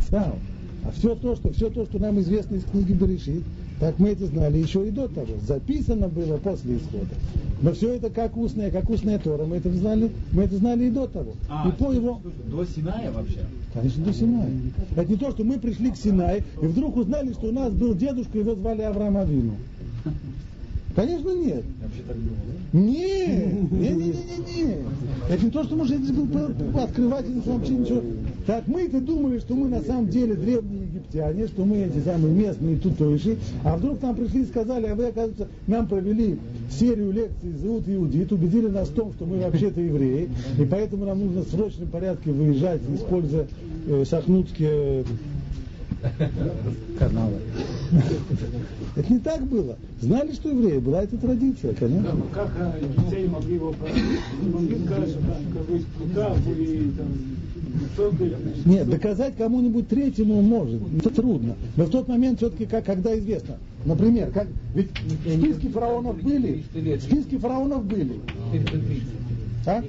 написал. А все то, что нам известно из книги Берешит, так мы это знали еще и до того. Записано было после исхода. Но все это как устная Тора, мы это знали и до того. И по его... До Синая вообще? Конечно, до Синая. Это не то, что мы пришли к Синаю и вдруг узнали, что у нас был дедушка, его звали Авраам Авину. Конечно, нет. Я вообще так думал, да? Нет. Это не то, что, может, это был открыватель, вообще ничего. Так мы-то думали, что мы на самом деле древние египтяне, что мы эти самые местные тутойши, а вдруг нам пришли и сказали, а вы, оказывается, нам провели серию лекций «Зеут Иудит», убедили нас в том, что мы вообще-то евреи, и поэтому нам нужно в срочном порядке выезжать, используя шахнутские каналы. Это не так было. Знали, что евреи, была эта традиция, конечно. Да, но как египтяне могли его проверить? Могли сказать, что там какой-то плута были там... Нет, доказать кому-нибудь третьему может, это трудно. Но в тот момент все-таки, когда известно, например, ведь списки фараонов были. А?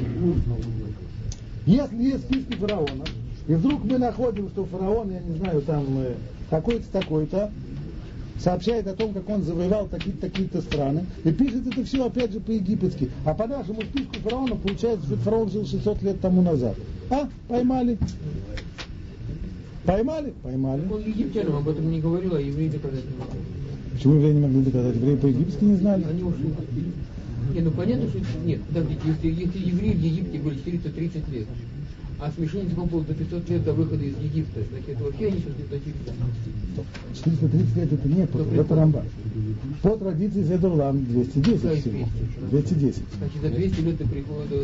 Если есть списки фараонов, и вдруг мы находим, что фараон, я не знаю, там такой-то, такой-то, сообщает о том, как он завоевал такие-то страны, и пишет это все опять же по-египетски. А по нашему списку фараона получается, что фараон жил 600 лет тому назад. Поймали. Он египтянам об этом не говорил, а евреи доказать не могли. Почему евреи не могли доказать? Евреи по-египетски не знали. Они ушли. Понятно, что нет. Подождите, если евреи в Египте были 430 лет, а священникам было до 500 лет до выхода из Египта, значит, это вообще они сейчас не значительно. 430 лет это не это Рамбам. По традиции Зедурлам 210 всего. 210. Значит, за 200 лет до прихода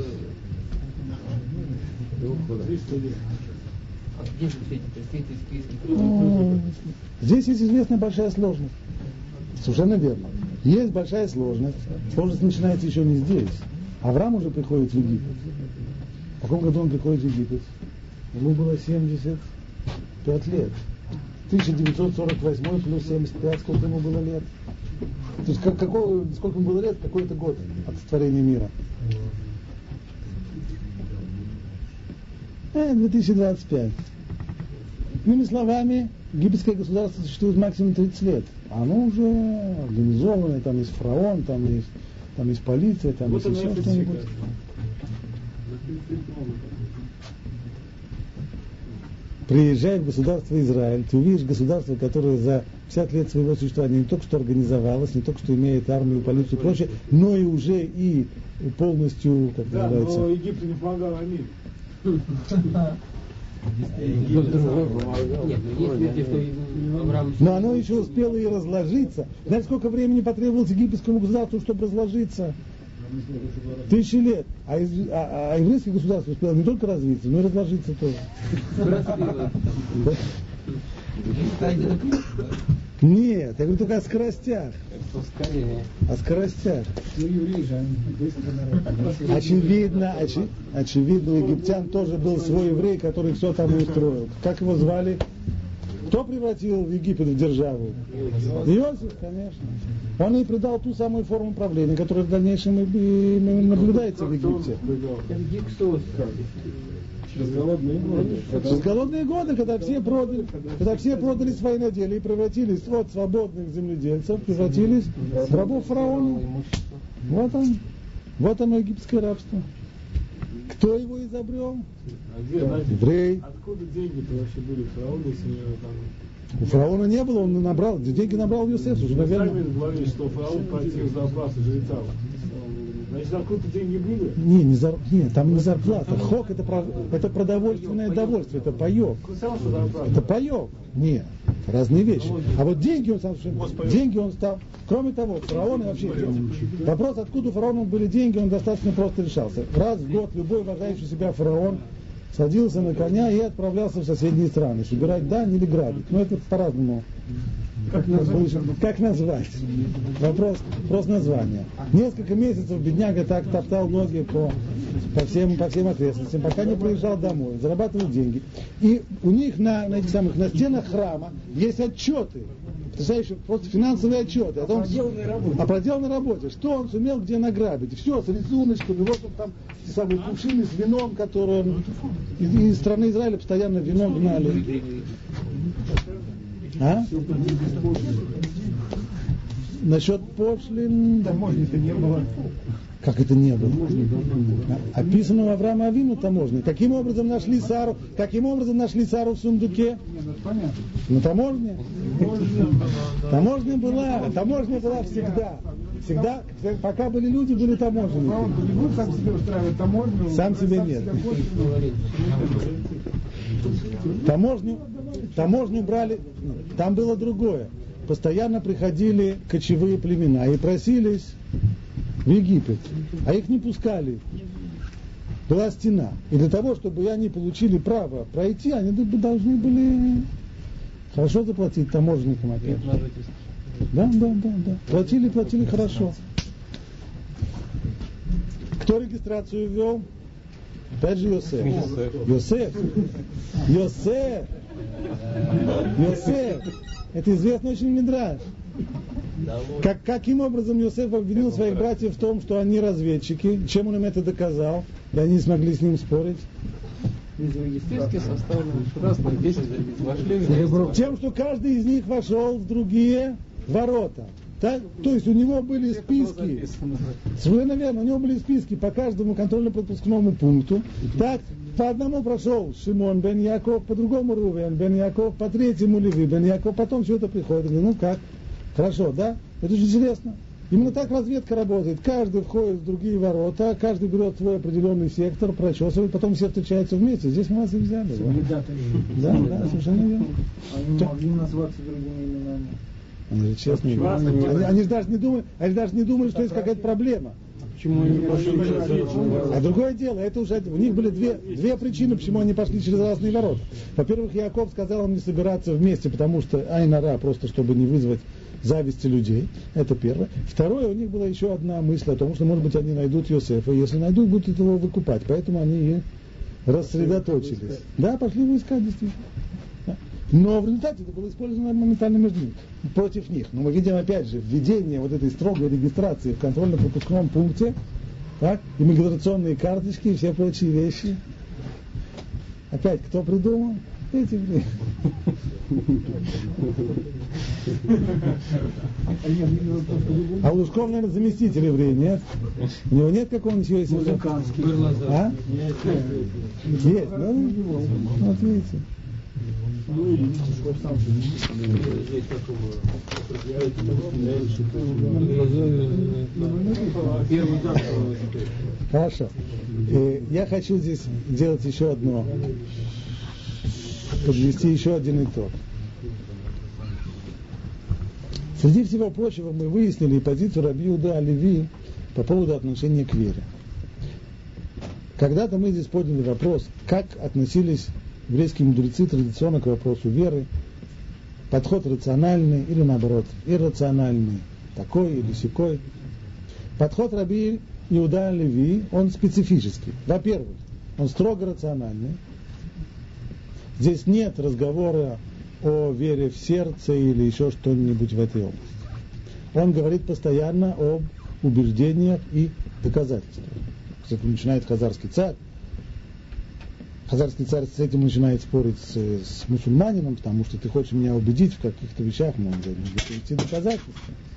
до ухода. 300 лет. А где же все эти списки? Здесь есть известная большая сложность. Совершенно верно. Есть большая сложность. Сложность начинается еще не здесь. Авраам уже приходит в Египет. В каком году он приходит в Египет? Ему было 75 лет. 1948 плюс 75, сколько ему было лет? То есть сколько ему было лет, какой-то год от сотворения мира. 2025. Иными словами, египетское государство существует максимум 30 лет. Оно уже организованное, там есть фараон, там есть полиция, там есть еще что-нибудь. Приезжай в государство Израиль, ты увидишь государство, которое за 50 лет своего существования не только что организовалось, не только что имеет армию, полицию и прочее, но и уже и полностью, как называется... но Египту не помогал Амир. Но оно еще успело и разложиться. Знаете, сколько времени потребовалось египетскому государству, чтобы разложиться? 1000 лет. А еврейское государство успело не только развиться, но и разложиться тоже. Нет, я говорю только о скоростях. О скоростях. Очевидно, у египтян тоже был свой еврей, который все там устроил. Как его звали? Кто превратил Египет в державу? Иосиф, конечно. Он и придал ту самую форму правления, которая в дальнейшем и наблюдается в Египте. Через голодные годы, когда все продали свои наделия и превратились от свободных земледельцев, превратились в рабов фараона. Вот оно египетское рабство. Кто его изобрел? Еврей. Откуда деньги-то вообще были фараона, если там... У фараона не было, он набрал, деньги набрал Йосеф уже, наверное. Сами говорили, что фараон платил зарплату жрецам. Значит, откуда деньги были? Нет, там не зарплата. Хок это продовольственное довольствие, это паёк. Это паёк. Нет, разные вещи. А вот деньги он стал. Кроме того, фараон вообще вопрос, откуда у фараона были деньги, он достаточно просто решался. Раз в год любой уважающий себя фараон садился на коня и отправлялся в соседние страны, собирать дань или грабить. Но это по-разному. Как назвать? Вопрос названия. Несколько месяцев бедняга так топтал ноги по всем окрестностям, пока не приезжал домой, зарабатывал деньги. И у них на стенах храма есть отчеты. Представляешь, просто финансовые отчеты о проделанной работе. Что он сумел где награбить. Все с рисуночками. Вот он там те самые кувшины с вином, которые он... из страны Израиля постоянно вино гнали. А? Насчет пошлин... Таможни-то не было. Как это не было? Описано у Авраама Авину таможни. Каким образом нашли Сару в сундуке? Понятно. На таможне. Таможня была всегда. Всегда, пока были люди, были таможенники. Не будут сам себе устраивать таможню. Сам себе нет. Таможню брали, там было другое. Постоянно приходили кочевые племена и просились в Египет, а их не пускали. Была стена. И для того, чтобы они получили право пройти, они должны были хорошо заплатить таможенникам опять. Да. Платили хорошо. Кто регистрацию ввел? Опять же Йосеф. Это известный очень мидраш. Каким образом Йосеф обвинил своих братьев в том, что они разведчики? Чем он им это доказал? И они не смогли с ним спорить. Естественный состав разных 10 вошли. Тем, что каждый из них вошел в другие ворота. Так? То есть у него были списки. Совершенно верно, у него были списки по каждому контрольно-пропускному пункту. Так, по одному прошел Шимон бен Яков, по другому Рувен бен Яков, по третьему Леви бен Яков, потом все это приходит. Ну как? Хорошо, да? Это очень интересно. Именно так разведка работает. Каждый входит в другие ворота, каждый берет свой определенный сектор, прочесывает, потом все встречаются вместе. Здесь мы вас и взяли. Да, совершенно верно. Они могли назваться другими именами. Они же честные. Они же даже не думали, что есть какая-то проблема. Почему они не пошли? А другое дело, это уже у них были две причины, почему они пошли через разные ворота. Во-первых, Яков сказал им не собираться вместе, потому что Айн-Ара, просто чтобы не вызвать зависти людей. Это первое. Второе, у них была еще одна мысль о том, что, может быть, они найдут Йосефа, и если найдут, будут его выкупать. Поэтому они и рассредоточились. Да, пошли его искать, действительно. Да. Но в результате это было использовано моментально между ними, против них. Но мы видим, опять же, введение вот этой строгой регистрации в контрольно-пропускном пункте, так, иммиграционные карточки и все прочие вещи. Опять, кто придумал? Эти, блин. А Лужков, наверное, заместитель еврея, нет? У него нет какого-нибудь Йосифа? А? Есть, да? Вот видите. Хорошо. Я хочу здесь делать еще одно, подвести еще один итог. Среди всего прочего мы выяснили позицию Раби Иуда а-Леви по поводу отношения к вере. Когда-то мы здесь подняли вопрос, как относились еврейские мудрецы традиционно к вопросу веры, подход рациональный или наоборот иррациональный, такой или сякой. Подход Раби Иуда а-Леви, он специфический. Во-первых, он строго рациональный. Здесь нет разговора о вере в сердце или еще что-нибудь в этой области. Он говорит постоянно об убеждениях и доказательствах. Кстати, начинает хазарский царь. Хазарский царь с этим начинает спорить с мусульманином, потому что ты хочешь меня убедить в каких-то вещах, можно привести доказательства.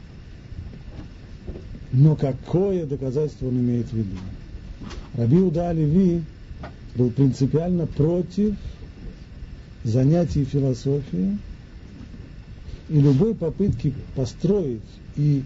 Но какое доказательство он имеет в виду? Раби Иуда а-Леви был принципиально против занятий философией и любой попытки построить и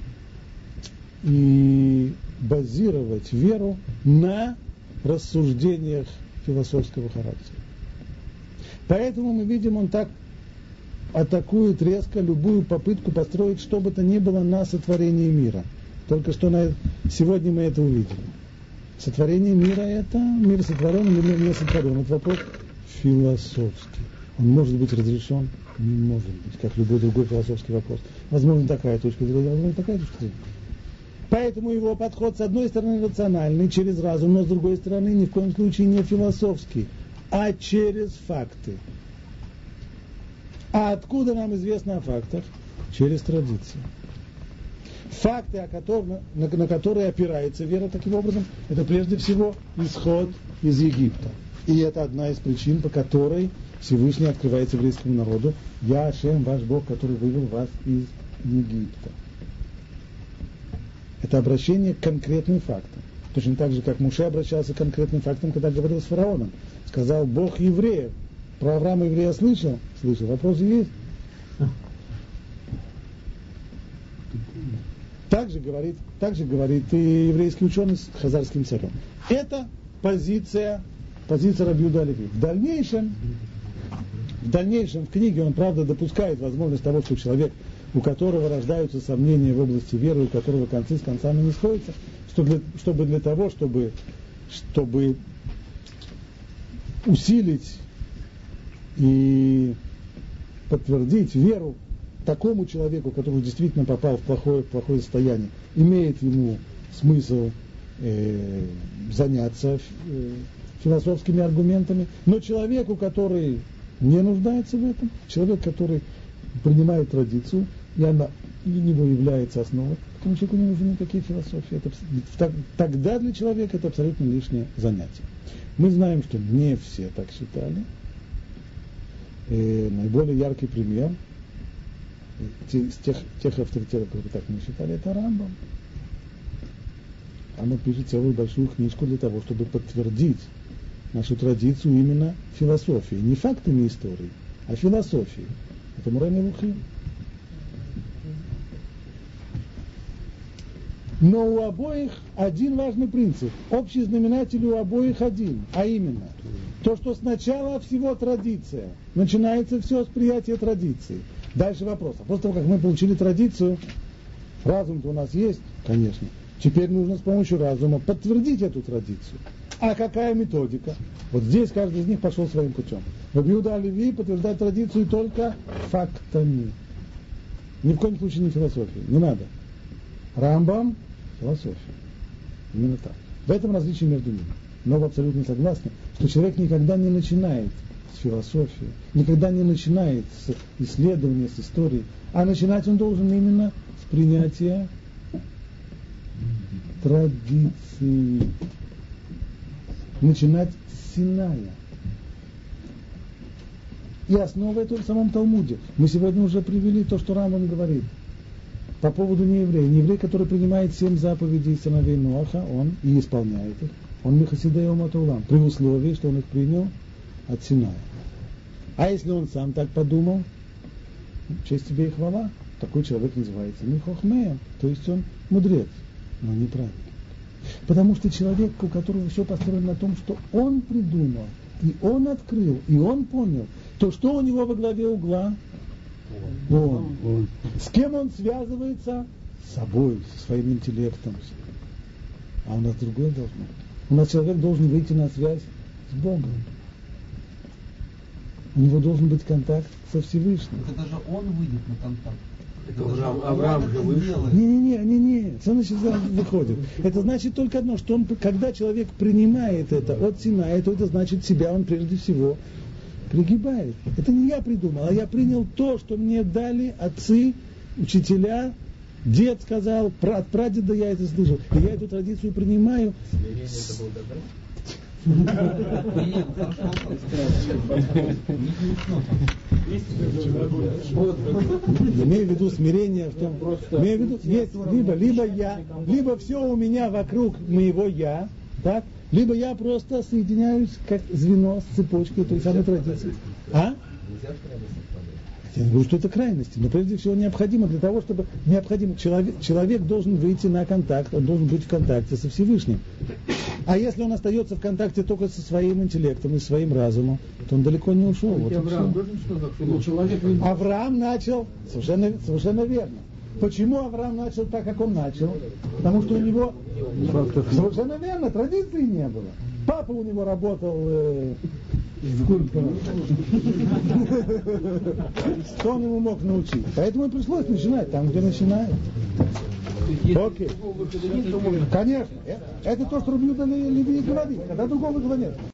базировать веру на рассуждениях философского характера. Поэтому мы видим, он так атакует резко любую попытку построить что бы то ни было на сотворении мира. Только что сегодня мы это увидели. Сотворение мира — это мир сотворен или не сотворен. Это вопрос философский. Он может быть разрешен? Не может быть, как любой другой философский вопрос. Возможно, такая точка зрения, возможно, такая точка зрения. Поэтому его подход, с одной стороны, рациональный, через разум, но с другой стороны, ни в коем случае не философский, а через факты. А откуда нам известно о фактах? Через традиции. Факты, на которые опирается вера таким образом, это прежде всего исход из Египта. И это одна из причин, по которой Всевышний открывается еврейскому народу. Я Ашем, ваш Бог, который вывел вас из Египта. Это обращение к конкретным фактам. Точно так же, как Моше обращался к конкретным фактам, когда говорил с фараоном. Сказал: Бог евреев. Про Авраама еврея слышал? Слышал. Вопросы есть? Также говорит и еврейский ученый с хазарским царем. Это позиция Раби Иуда а-Леви. В дальнейшем в книге он, правда, допускает возможность того, что человек, у которого рождаются сомнения в области веры, у которого концы с концами не сходятся, чтобы усилить и подтвердить веру такому человеку, который действительно попал в плохое состояние, имеет ему смысл заняться философскими аргументами, но человеку, который не нуждается в этом, человек, который принимает традицию, и она для него является основой, такому человеку не нужны никакие философии. Тогда для человека это абсолютно лишнее занятие. Мы знаем, что не все так считали. Наиболее яркий пример из тех авторитетов, которые так не считали, это Рамбам. Рамбам пишет целую большую книжку для того, чтобы подтвердить нашу традицию именно философией. Не фактами истории, а философией. Это Морэ Невухим. Но у обоих один важный принцип. Общий знаменатель у обоих один. А именно, то, что сначала всего традиция. Начинается все с приятия традиции. Дальше вопрос. А после того, как мы получили традицию, разум-то у нас есть, конечно. Теперь нужно с помощью разума подтвердить эту традицию. А какая методика? Вот здесь каждый из них пошел своим путем. Раби Иуда а-Леви подтверждает традицию только фактами. Ни в коем случае не философией. Не надо. Рамбам – философия. Именно так. В этом различие между ними. Но вы абсолютно согласны, что человек никогда не начинает с философии, никогда не начинает с исследования, с истории, а начинать он должен именно с принятия традиции. Начинать с Синая. И основа это в самом Талмуде. Мы сегодня уже привели то, что Рамбам говорит по поводу нееврея. Нееврей, который принимает 7 заповедей сыновей Ноаха, он и исполняет их. Он михасидей умат улам, при условии, что он их принял от Синая. А если он сам так подумал, честь тебе и хвала, такой человек называется михохмеем, то есть он мудрец, но неправильно. Потому что человек, у которого все построено на том, что он придумал, и он открыл, и он понял, то что у него во главе угла? Он. С кем он связывается? С собой, со своим интеллектом. А у нас другое должно быть. У нас человек должен выйти на связь с Богом. У него должен быть контакт со Всевышним. Это же он выйдет на контакт. Авраам же вышел. Не. Что значит выходит? Это значит только одно, что он, когда человек принимает это от Синая, то это значит себя он прежде всего пригибает. Это не я придумал, а я принял то, что мне дали отцы, учителя, дед сказал, от прадеда я это слышал. И я эту традицию принимаю. Смирение это был добро? Имею в виду смирение в том, имею в виду, есть либо я, либо все у меня вокруг моего я, так, либо я просто соединяюсь как звено с цепочкой той самой традиции. А? Я не говорю, что это крайности, но прежде всего необходимо для того, чтобы человек должен выйти на контакт, он должен быть в контакте со Всевышним. А если он остается в контакте только со своим интеллектом и своим разумом, то он далеко не ушел. Вот Авраам начал, совершенно верно. Почему Авраам начал так, как он начал? Потому что у него, совершенно верно, традиции не было. Папа у него работал скульптором. Что он ему мог научить? Поэтому и пришлось начинать там, где начинают. Окей. Конечно. Это то, что Раби Иуда а-Леви говорит. Когда другого выхода нет.